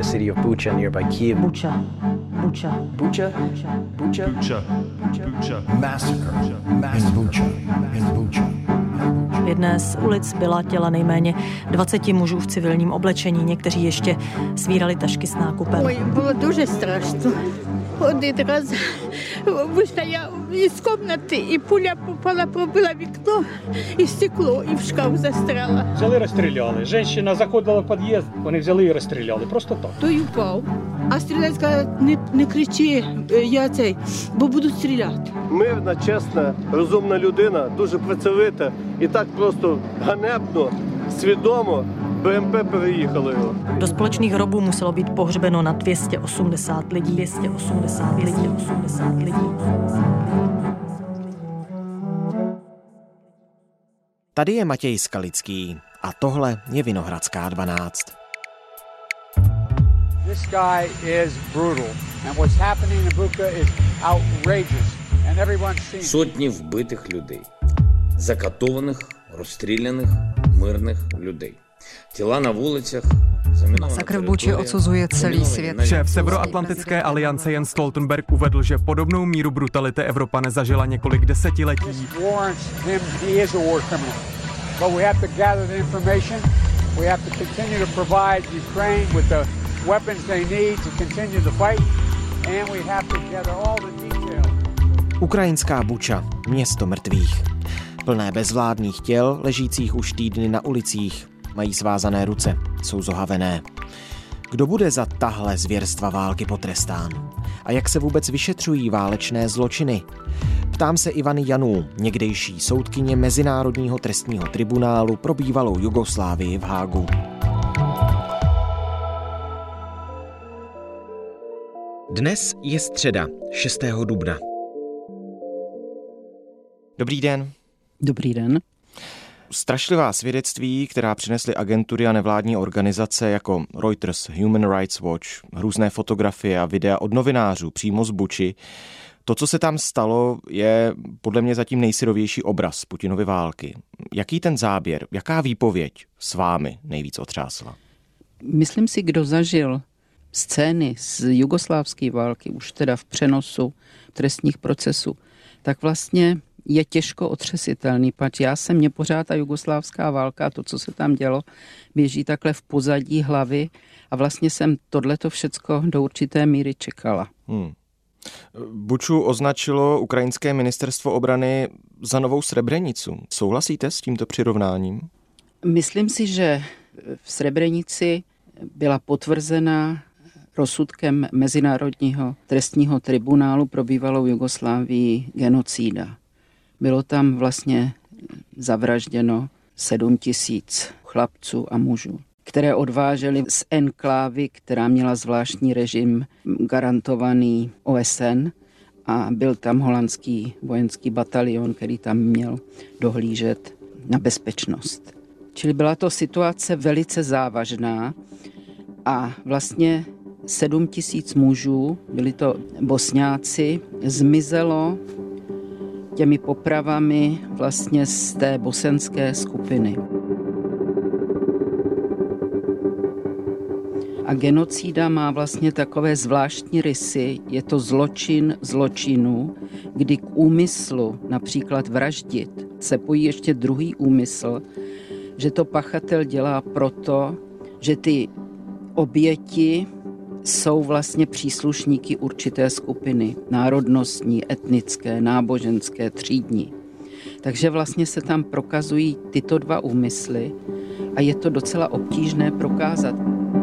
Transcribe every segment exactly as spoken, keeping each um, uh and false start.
city of Bucha nearby Kyiv. Bucha. Bucha. Bucha? Bucha? Bucha. Bucha. Massacre. Mass Bucha. In Bucha. V jedné z ulic byla těla nejméně dvaceti mužů v civilním oblečení. Někteří ještě svírali tašky s nákupem. Ой, було дуже страшно. Один раз вийшла я із кімнати, і пуля попала, пробила вікно, і стекло, і в шкаф застряла. Взяли, розстріляли. Женщина заходила в під'їзд, вони взяли і розстріляли. Просто так. Той упав. А стріляти сказала, не, не кричи, я цей, бо будуть стріляти. Мирна, чесна, розумна людина, дуже працьовита. І так просто ганебно, свідомо Bé em pé переїхало його. Do společných hrobů muselo být pohřbeno na dvě stě osmdesát lidí. dvě stě osmdesát lidí. osmdesát lidí. Tady je Matěj Skalický a tohle je Vinohradská dvanáct. This guy is brutal and what's happening in Bucha is outrageous and everyone's seen. Сотні вбитих людей, закатованих, розстріляних мирних людей. Těla na ulicích. Masakr v Buči odsuzuje celý svět. Šéf Severoatlantické aliance Jens Stoltenberg uvedl, že podobnou míru brutality Evropa nezažila několik desetiletí. Ukrajinská Buča, město mrtvých. Plné bezvládných těl, ležících už týdny na ulicích. Mají svázané ruce, jsou zohavené. Kdo bude za tahle zvěrstva války potrestán? A jak se vůbec vyšetřují válečné zločiny? Ptám se Ivany Janů, někdejší soudkyně Mezinárodního trestního tribunálu pro bývalou Jugoslávii v Hágu. Dnes je středa, šestého dubna. Dobrý den. Dobrý den. Strašlivá svědectví, která přinesly agentury a nevládní organizace jako Reuters, Human Rights Watch, různé fotografie a videa od novinářů přímo z Buči. To, co se tam stalo, je podle mě zatím nejsyrovější obraz Putinovy války. Jaký ten záběr, jaká výpověď s vámi nejvíc otřásla? Myslím si, kdo zažil scény z jugoslávské války, už teda v přenosu trestních procesů, tak vlastně je těžko otřesitelný, pač já jsem, mě pořád ta jugoslávská válka, to, co se tam dělo, běží takhle v pozadí hlavy a vlastně jsem tohleto všecko do určité míry čekala. Hmm. Buču označilo ukrajinské ministerstvo obrany za novou Srebrenicu. Souhlasíte s tímto přirovnáním? Myslím si, že v Srebrenici byla potvrzena rozsudkem Mezinárodního trestního tribunálu pro bývalou Jugoslávii genocída. Bylo tam vlastně zavražděno sedm tisíc chlapců a mužů, které odváželi z enklávy, která měla zvláštní režim garantovaný O S N a byl tam holandský vojenský batalion, který tam měl dohlížet na bezpečnost. Čili byla to situace velice závažná a vlastně sedm tisíc mužů, byli to Bosňáci, zmizelo těmi popravami vlastně z té bosenské skupiny. A genocída má vlastně takové zvláštní rysy, je to zločin zločinů, kdy k úmyslu například vraždit se pojí ještě druhý úmysl, že to pachatel dělá proto, že ty oběti jsou vlastně příslušníky určité skupiny, národnostní, etnické, náboženské, třídní. Takže vlastně se tam prokazují tyto dva úmysly a je to docela obtížné prokázat.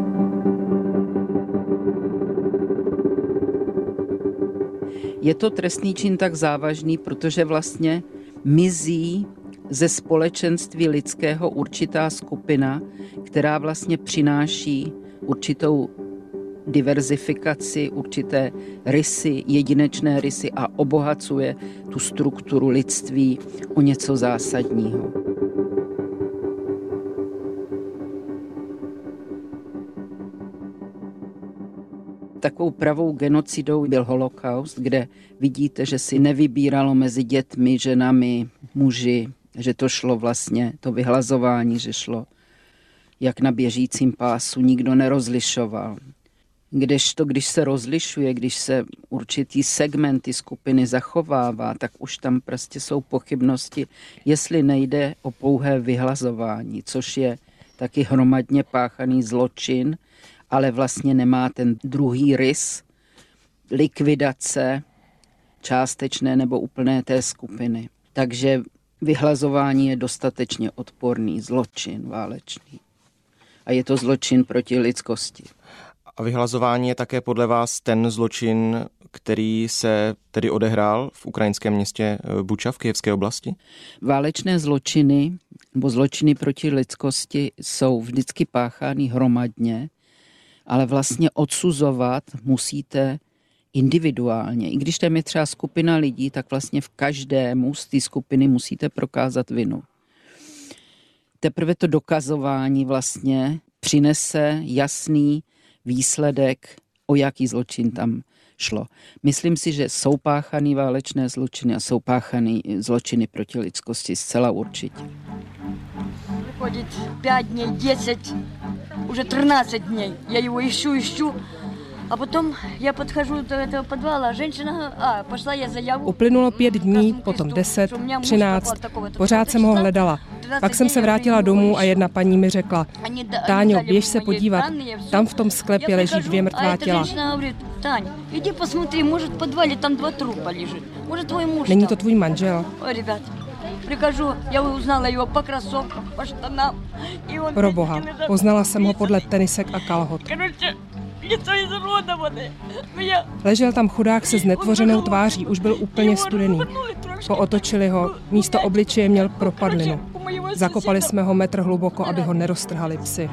Je to trestný čin tak závažný, protože vlastně mizí ze společenství lidského určitá skupina, která vlastně přináší určitou diverzifikaci, určité rysy, jedinečné rysy a obohacuje tu strukturu lidství o něco zásadního. Takovou pravou genocidou byl holokaust, kde vidíte, že si nevybíralo mezi dětmi, ženami, muži, že to šlo vlastně, to vyhlazování, že šlo jak na běžícím pásu, nikdo nerozlišoval. Kdežto, když se rozlišuje, když se určitý segmenty skupiny zachovává, tak už tam prostě jsou pochybnosti, jestli nejde o pouhé vyhlazování, což je taky hromadně páchaný zločin, ale vlastně nemá ten druhý rys likvidace částečné nebo úplné té skupiny. Takže vyhlazování je dostatečně odporný zločin válečný. A je to zločin proti lidskosti. A vyhlazování je také podle vás ten zločin, který se tedy odehrál v ukrajinském městě Buča v Kyjevské oblasti? Válečné zločiny nebo zločiny proti lidskosti jsou vždycky páchány hromadně, ale vlastně odsuzovat musíte individuálně. I když tam je třeba skupina lidí, tak vlastně v každému z té skupiny musíte prokázat vinu. Teprve to dokazování vlastně přinese jasný výsledek, o jaký zločin tam šlo. Myslím si, že jsou páchaný válečné zločiny a jsou páchaný zločiny proti lidskosti zcela určitě. Vychodit pět dní, deset, už třináct dní. Já jeho ищу, ищу. A potom já podcházím do toho podvala, ženšina, a pošla je zajavu. Uplynulo pět dní, potom deset, třináct, pořád jsem ho hledala. Pak jsem se vrátila domů a jedna paní mi řekla, Táňo, běž se podívat, tam v tom sklepě leží dvě mrtvá těla. Táň, jdi posмотри, может v podvalě tam dva trupa leží. Может tvůj muž. Není to tvůj manžel? Oj, rебят, přikažu, já uznala jeho po krasovkám, po štanám. Pro boha, poznala jsem ho podle tenisek a kalhot. Ležel tam chudák se znetvořenou tváří, už byl úplně studený. Pootočili ho, místo obličeje měl propadlinu. Zakopali jsme ho metr hluboko, aby ho neroztrhali psy.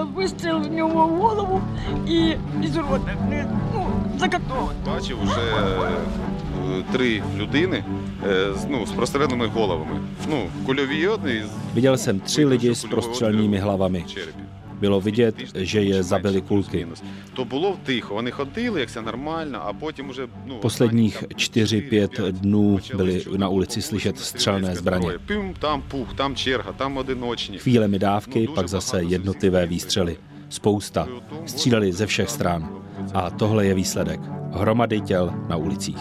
Бачив уже три людини ну, з простреленими головами. Ну, кульові одні. Viděl jsem tři lidi s prostřelnými hlavami. Bylo vidět, že je zabili kulky. To bylo ticho, oni chodili, jak se normálně, a potom už... Posledních čtyři, pět dnů byly na ulici slyšet střelné zbraně. Tam puch, tam čerha, tam odinoční. Chvílemi dávky, pak zase jednotlivé výstřely. Spousta. Stříleli ze všech stran. A tohle je výsledek. Hromady těl na ulicích.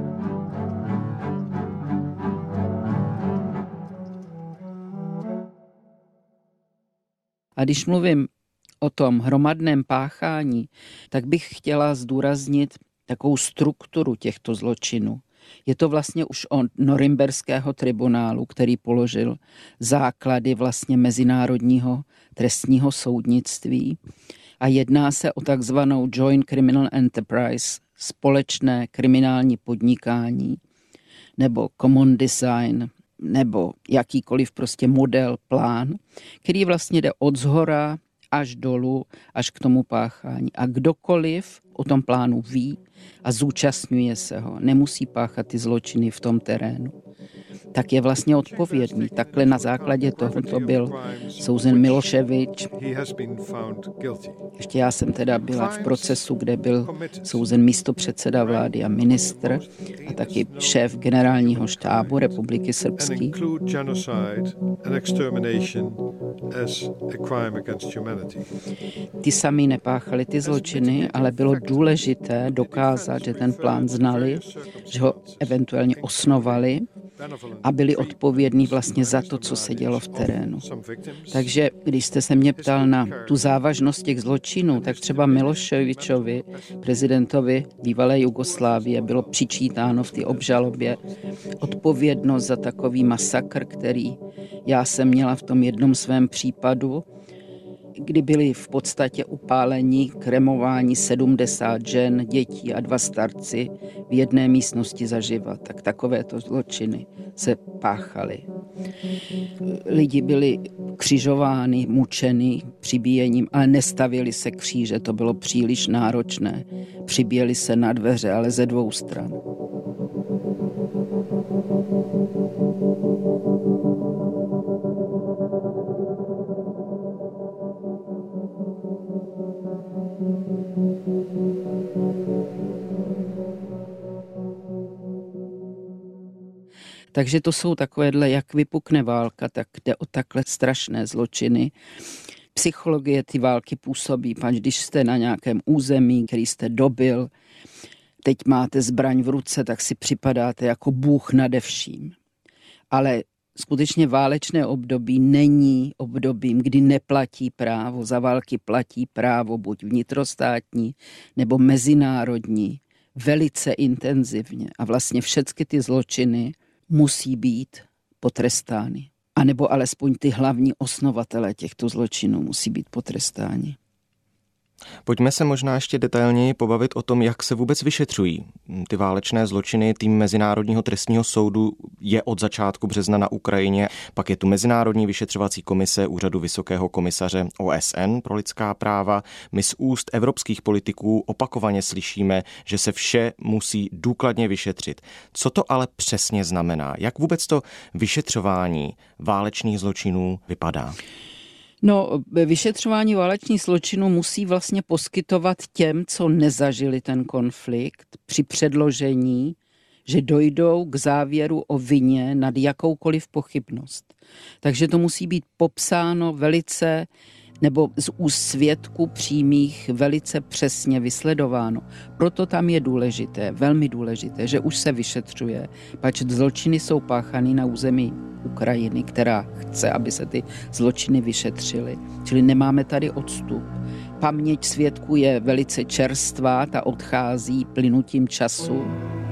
A když mluvím o tom hromadném páchání, tak bych chtěla zdůraznit takovou strukturu těchto zločinů. Je to vlastně už od Norimberského tribunálu, který položil základy vlastně mezinárodního trestního soudnictví a jedná se o takzvanou Joint Criminal Enterprise, společné kriminální podnikání nebo common design, nebo jakýkoliv prostě model, plán, který vlastně jde od zhora až dolů, až k tomu páchání. A kdokoliv o tom plánu ví a zúčastňuje se ho, nemusí páchat ty zločiny v tom terénu, tak je vlastně odpovědný. Takhle na základě tohoto byl souzen Miloševič. Ještě já jsem teda byla v procesu, kde byl souzen místopředseda vlády a ministr a taky šéf generálního štábu Republiky Srbské. Ty sami nepáchali ty zločiny, ale bylo důležité dokázat, že ten plán znali, že ho eventuálně osnovali a byli odpovědní vlastně za to, co se dělo v terénu. Takže když jste se mě ptal na tu závažnost těch zločinů, tak třeba Miloševičovi, prezidentovi bývalé Jugoslávie, bylo přičítáno v té obžalobě odpovědnost za takový masakr, který já jsem měla v tom jednom svém případu, kdy byli v podstatě upáleni, kremování sedmdesát žen, dětí a dva starci v jedné místnosti zaživa. Tak takovéto zločiny se páchaly. Lidi byli křižováni, mučeni přibíjením, ale nestavili se kříže, to bylo příliš náročné. Přibíjeli se na dveře, ale ze dvou stran. Takže to jsou takovéhle, jak vypukne válka, tak jde o takhle strašné zločiny, psychologie ty války působí, pač když jste na nějakém území, který jste dobil, teď máte zbraň v ruce, tak si připadáte jako Bůh nade vším. Ale skutečně válečné období není obdobím, kdy neplatí právo. Za války platí právo buď vnitrostátní nebo mezinárodní, velice intenzivně. A vlastně všechny ty zločiny musí být potrestány. A nebo alespoň ty hlavní osnovatelé těchto zločinů musí být potrestáni. Pojďme se možná ještě detailněji pobavit o tom, jak se vůbec vyšetřují ty válečné zločiny. Tým Mezinárodního trestního soudu je od začátku března na Ukrajině, pak je tu Mezinárodní vyšetřovací komise Úřadu Vysokého komisaře O S N pro lidská práva. My z úst evropských politiků opakovaně slyšíme, že se vše musí důkladně vyšetřit. Co to ale přesně znamená? Jak vůbec to vyšetřování válečných zločinů vypadá? No, vyšetřování válečných zločinů musí vlastně poskytovat těm, co nezažili ten konflikt, při předložení, že dojdou k závěru o vině nad jakoukoliv pochybnost. Takže to musí být popsáno velice, nebo z úst svědků přímých velice přesně vysledováno. Proto tam je důležité, velmi důležité, že už se vyšetřuje, pač zločiny jsou páchaný na území Ukrajiny, která chce, aby se ty zločiny vyšetřily. Čili nemáme tady odstup. Paměť svědků je velice čerstvá, ta odchází plynutím času.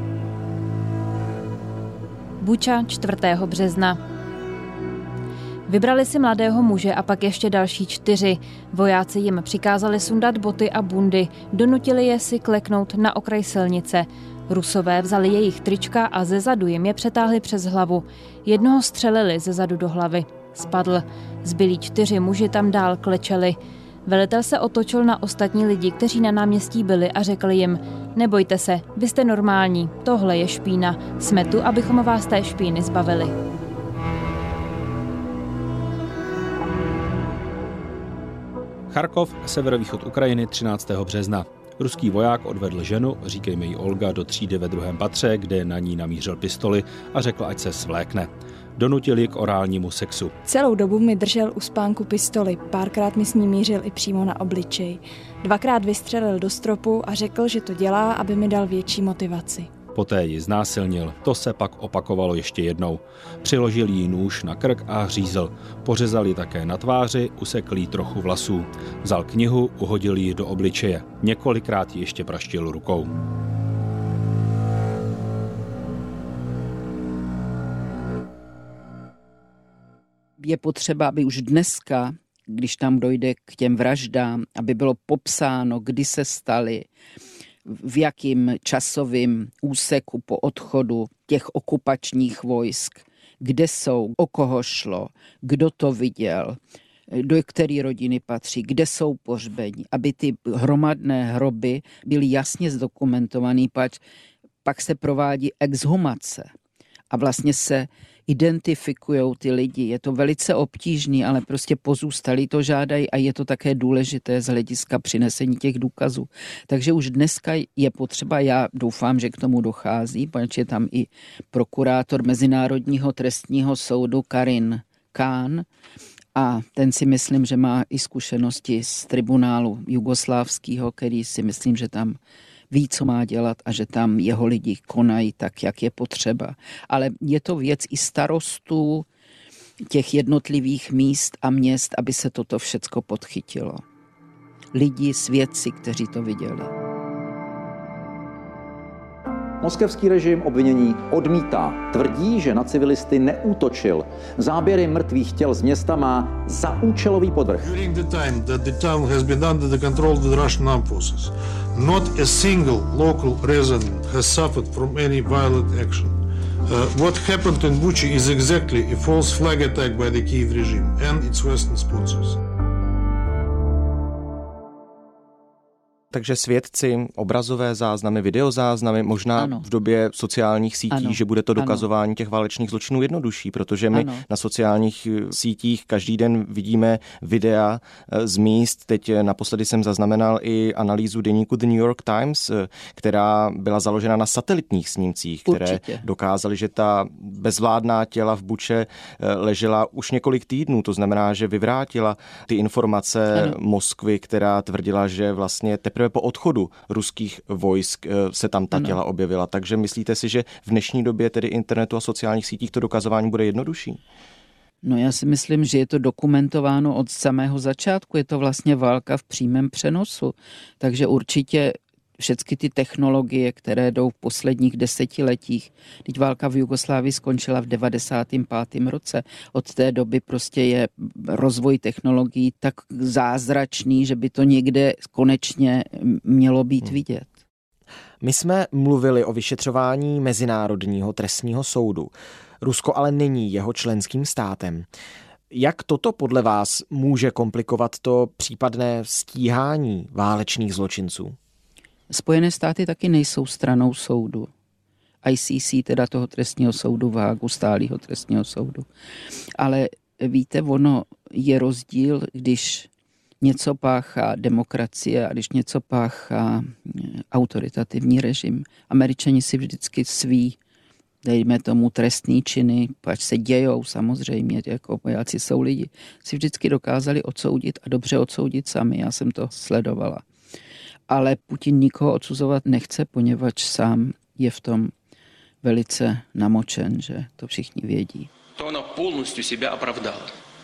Buča čtvrtého března. Vybrali si mladého muže a pak ještě další čtyři. Vojáci jim přikázali sundat boty a bundy, donutili je si kleknout na okraj silnice. Rusové vzali jejich trička a zezadu jim je přetáhli přes hlavu. Jednoho střelili zezadu do hlavy. Spadl. Zbylí čtyři muži tam dál klečeli. Velitel se otočil na ostatní lidi, kteří na náměstí byli, a řekl jim: nebojte se, vy jste normální, tohle je špína. Jsme tu, abychom vás té špíny zbavili. Charkov, severovýchod Ukrajiny, třináctého března. Ruský voják odvedl ženu, říkejme jí Olga, do třídy ve druhém patře, kde na ní namířil pistoli a řekl, ať se svlékne. Donutil ji k orálnímu sexu. Celou dobu mi držel u spánku pistoli, párkrát mi s ní mířil i přímo na obličej. Dvakrát vystřelil do stropu a řekl, že to dělá, aby mi dal větší motivaci. Poté ji znásilnil, to se pak opakovalo ještě jednou. Přiložil jí nůž na krk a řízl. Pořezal ji také na tváři, usekl jí trochu vlasů. Vzal knihu, uhodil ji do obličeje. Několikrát ji ještě praštil rukou. Je potřeba, aby už dneska, když tam dojde k těm vraždám, aby bylo popsáno, kdy se staly, v jakým časovém úseku po odchodu těch okupačních vojsk, kde jsou, o koho šlo, kdo to viděl, do které rodiny patří, kde jsou pohřbeni, aby ty hromadné hroby byly jasně zdokumentované, pač pak se provádí exhumace a vlastně se identifikují ty lidi. Je to velice obtížný, ale prostě pozůstalí to žádají a je to také důležité z hlediska přinesení těch důkazů. Takže už dneska je potřeba, já doufám, že k tomu dochází, protože je tam i prokurátor Mezinárodního trestního soudu Karin Khan a ten si myslím, že má i zkušenosti z tribunálu jugoslávského, který si myslím, že tam ví, co má dělat a že tam jeho lidi konají tak, jak je potřeba. Ale je to věc i starostů těch jednotlivých míst a měst, aby se toto všecko podchytilo. Lidi, svědci, kteří to viděli. Moskevský režim obvinění odmítá. Tvrdí, že na civilisty neútočil. Záběry mrtvých těl z města má za účelový podvrh. During the time that the town has been under the control of the Russian armed forces, not a single local resident has suffered from any violent action. Uh, what happened in Bucha is exactly a false flag attack by the Kiev regime and its Western sponsors. Takže svědci, obrazové záznamy, videozáznamy, možná ano. v době sociálních sítí, ano. že bude to dokazování ano. těch válečných zločinů jednodušší, protože my ano. na sociálních sítích každý den vidíme videa z míst. Teď naposledy jsem zaznamenal i analýzu deníku The New York Times, která byla založena na satelitních snímcích, které Určitě. dokázaly, že ta bezvládná těla v Buče ležela už několik týdnů. To znamená, že vyvrátila ty informace ano. Moskvy, která tvrdila, že vlastně teprve po odchodu ruských vojsk se tam ta ano. těla objevila. Takže myslíte si, že v dnešní době tedy internetu a sociálních sítích to dokazování bude jednodušší? No já si myslím, že je to dokumentováno od samého začátku. Je to vlastně válka v přímém přenosu. Takže určitě všechny ty technologie, které jdou v posledních desetiletích. Teď válka v Jugoslávii skončila v devadesátém pátém roce. Od té doby prostě je rozvoj technologií tak zázračný, že by to někde konečně mělo být hmm. vidět. My jsme mluvili o vyšetřování Mezinárodního trestního soudu. Rusko ale není jeho členským státem. Jak toto podle vás může komplikovat to případné stíhání válečných zločinců? Spojené státy taky nejsou stranou soudu. I C C, teda toho trestního soudu v Hágu, stálého trestního soudu. Ale víte, ono je rozdíl, když něco páchá demokracie a když něco páchá autoritativní režim. Američani si vždycky sví, dejme tomu trestný činy, pač se dějou samozřejmě, jako vojáci jsou lidi, si vždycky dokázali odsoudit a dobře odsoudit sami. Já jsem to sledovala. Ale Putin nikoho odsuzovat nechce, poněvadž sám je v tom velice namočen, že to všichni vědí. To ona plnostью себя оправдала.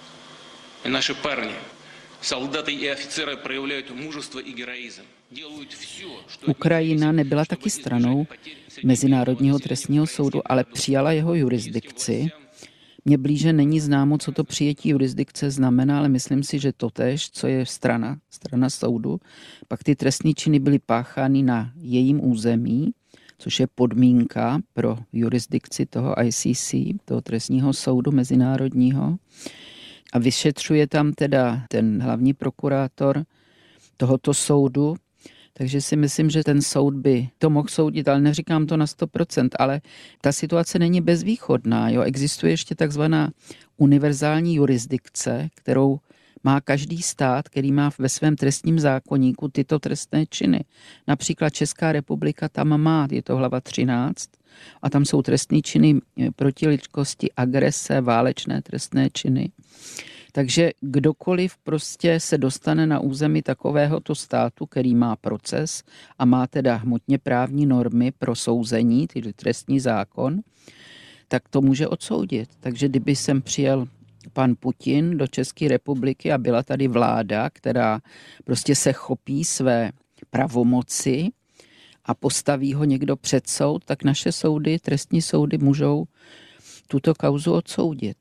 И наши парни, солдаты и офицеры проявляют мужество и героизм. Делают все, что Ukrajina nebyla taky stranou Mezinárodního trestního soudu, ale přijala jeho jurisdikci. Mně blíže není známo, co to přijetí jurisdikce znamená, ale myslím si, že totéž, co je strana, strana soudu, pak ty trestné činy byly páchány na jejím území, což je podmínka pro jurisdikci toho I C C, toho trestního soudu mezinárodního. A vyšetřuje tam teda ten hlavní prokurátor tohoto soudu, takže si myslím, že ten soud by to mohl soudit, ale neříkám to na sto procent, ale ta situace není bezvýchodná. Jo? Existuje ještě takzvaná univerzální jurisdikce, kterou má každý stát, který má ve svém trestním zákoníku tyto trestné činy. Například Česká republika tam má, je to hlava třináct, a tam jsou trestné činy proti lidskosti, agrese, válečné trestné činy. Takže kdokoliv prostě se dostane na území takovéhoto státu, který má proces a má teda hmotně právní normy pro souzení, tedy trestní zákon, tak to může odsoudit. Takže kdyby sem přijel pan Putin do České republiky a byla tady vláda, která prostě se chopí své pravomoci a postaví ho někdo před soud, tak naše soudy, trestní soudy můžou tuto kauzu odsoudit.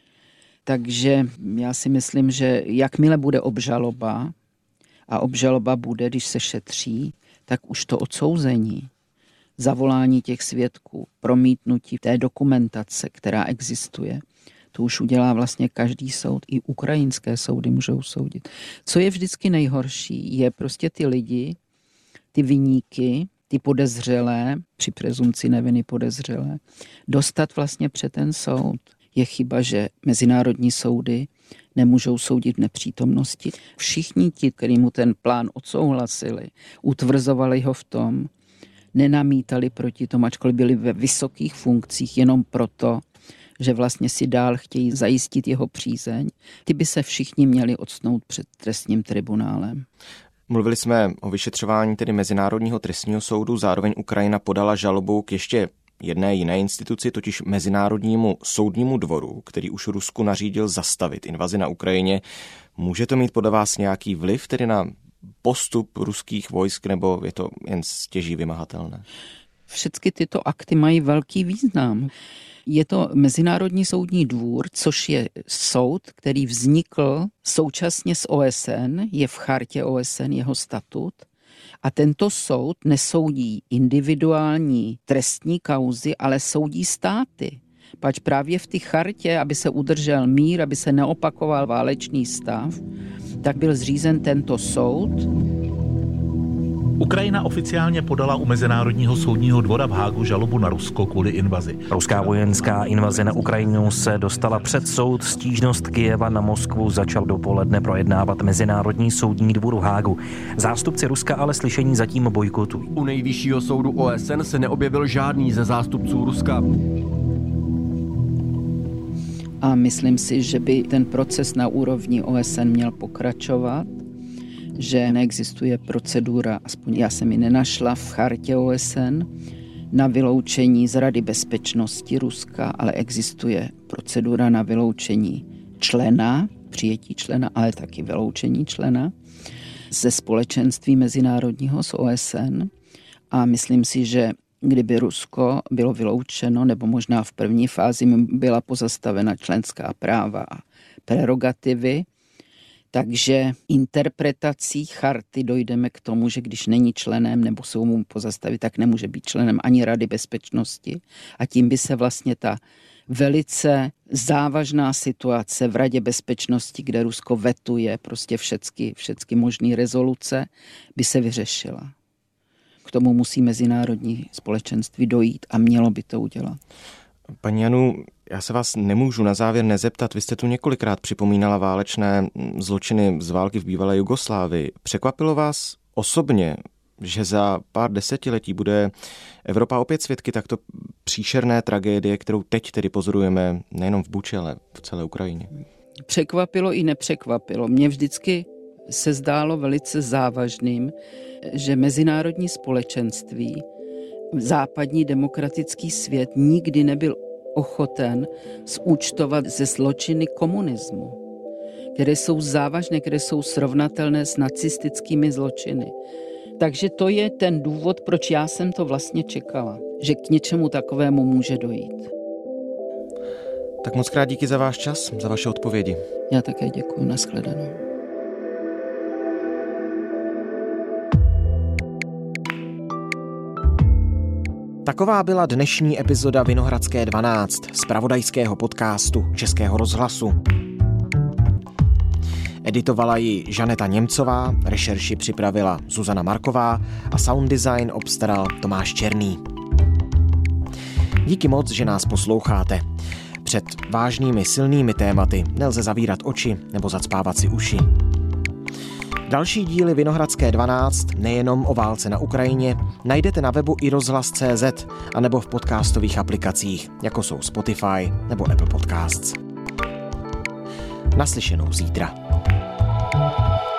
Takže já si myslím, že jakmile bude obžaloba, a obžaloba bude, když se šetří, tak už to odsouzení, zavolání těch svědků, promítnutí té dokumentace, která existuje, to už udělá vlastně každý soud, i ukrajinské soudy můžou soudit. Co je vždycky nejhorší, je prostě ty lidi, ty viníky, ty podezřelé, při prezumci neviny podezřelé, dostat vlastně před ten soud. Je chyba, že mezinárodní soudy nemůžou soudit v nepřítomnosti. Všichni ti, kteří mu ten plán odsouhlasili, utvrzovali ho v tom, nenamítali proti tomu, ačkoliv byli ve vysokých funkcích jenom proto, že vlastně si dál chtějí zajistit jeho přízeň. Ty by se všichni měli octnout před trestním tribunálem. Mluvili jsme o vyšetřování tedy Mezinárodního trestního soudu, zároveň Ukrajina podala žalobu k ještě jedné jiné instituci, totiž Mezinárodnímu soudnímu dvoru, který už Rusku nařídil zastavit invazi na Ukrajině. Může to mít podle vás nějaký vliv tedy na postup ruských vojsk, nebo je to jen stěží vymahatelné? Všechny tyto akty mají velký význam. Je to Mezinárodní soudní dvůr, což je soud, který vznikl současně s O S N, je v chartě O S N jeho statut. A tento soud nesoudí individuální trestní kauzy, ale soudí státy. Pač právě v té chartě, aby se udržel mír, aby se neopakoval válečný stav, tak byl zřízen tento soud. Ukrajina oficiálně podala u Mezinárodního soudního dvora v Hágu žalobu na Rusko kvůli invazi. Ruská vojenská invaze na Ukrajinu se dostala před soud. Stížnost Kyjeva na Moskvu začal dopoledne projednávat Mezinárodní soudní dvůr v Hágu. Zástupci Ruska ale slyšení zatím bojkotují. U nejvyššího soudu O S N se neobjevil žádný ze zástupců Ruska. A myslím si, že by ten proces na úrovni O S N měl pokračovat, že neexistuje procedura, aspoň já jsem ji nenašla v chartě O S N, na vyloučení z Rady bezpečnosti Ruska, ale existuje procedura na vyloučení člena, přijetí člena, ale taky vyloučení člena ze společenství mezinárodního z O S N. A myslím si, že kdyby Rusko bylo vyloučeno, nebo možná v první fázi byla pozastavena členská práva a prerogativy, takže interpretací charty dojdeme k tomu, že když není členem nebo se mu pozastaví, tak nemůže být členem ani Rady bezpečnosti. A tím by se vlastně ta velice závažná situace v Radě bezpečnosti, kde Rusko vetuje prostě všechny, všechny možné rezoluce, by se vyřešila. K tomu musí mezinárodní společenství dojít a mělo by to udělat. Paní Janu, já se vás nemůžu na závěr nezeptat. Vy jste tu několikrát připomínala válečné zločiny z války v bývalé Jugoslávii. Překvapilo vás osobně, že za pár desetiletí bude Evropa opět svědky takto příšerné tragédie, kterou teď tedy pozorujeme nejenom v Buči, ale v celé Ukrajině? Překvapilo i nepřekvapilo. Mně vždycky se zdálo velice závažným, že mezinárodní společenství, západní demokratický svět nikdy nebyl ochoten zúčtovat ze zločiny komunismu, které jsou závažné, které jsou srovnatelné s nacistickými zločiny. Takže to je ten důvod, proč já jsem to vlastně čekala, že k něčemu takovému může dojít. Tak moc krát díky za váš čas, za vaše odpovědi. Já také děkuji, nashledanou. Taková byla dnešní epizoda Vinohradské dvanáct, zpravodajského podcastu Českého rozhlasu. Editovala ji Žaneta Němcová, rešerši připravila Zuzana Marková a sound design obstaral Tomáš Černý. Díky moc, že nás posloucháte. Před vážnými silnými tématy nelze zavírat oči nebo zacpávat si uši. Další díly Vinohradské dvanáct, nejenom o válce na Ukrajině, najdete na webu i rozhlas tečka cé zet anebo v podcastových aplikacích, jako jsou Spotify nebo Apple Podcasts. Naslyšenou zítra.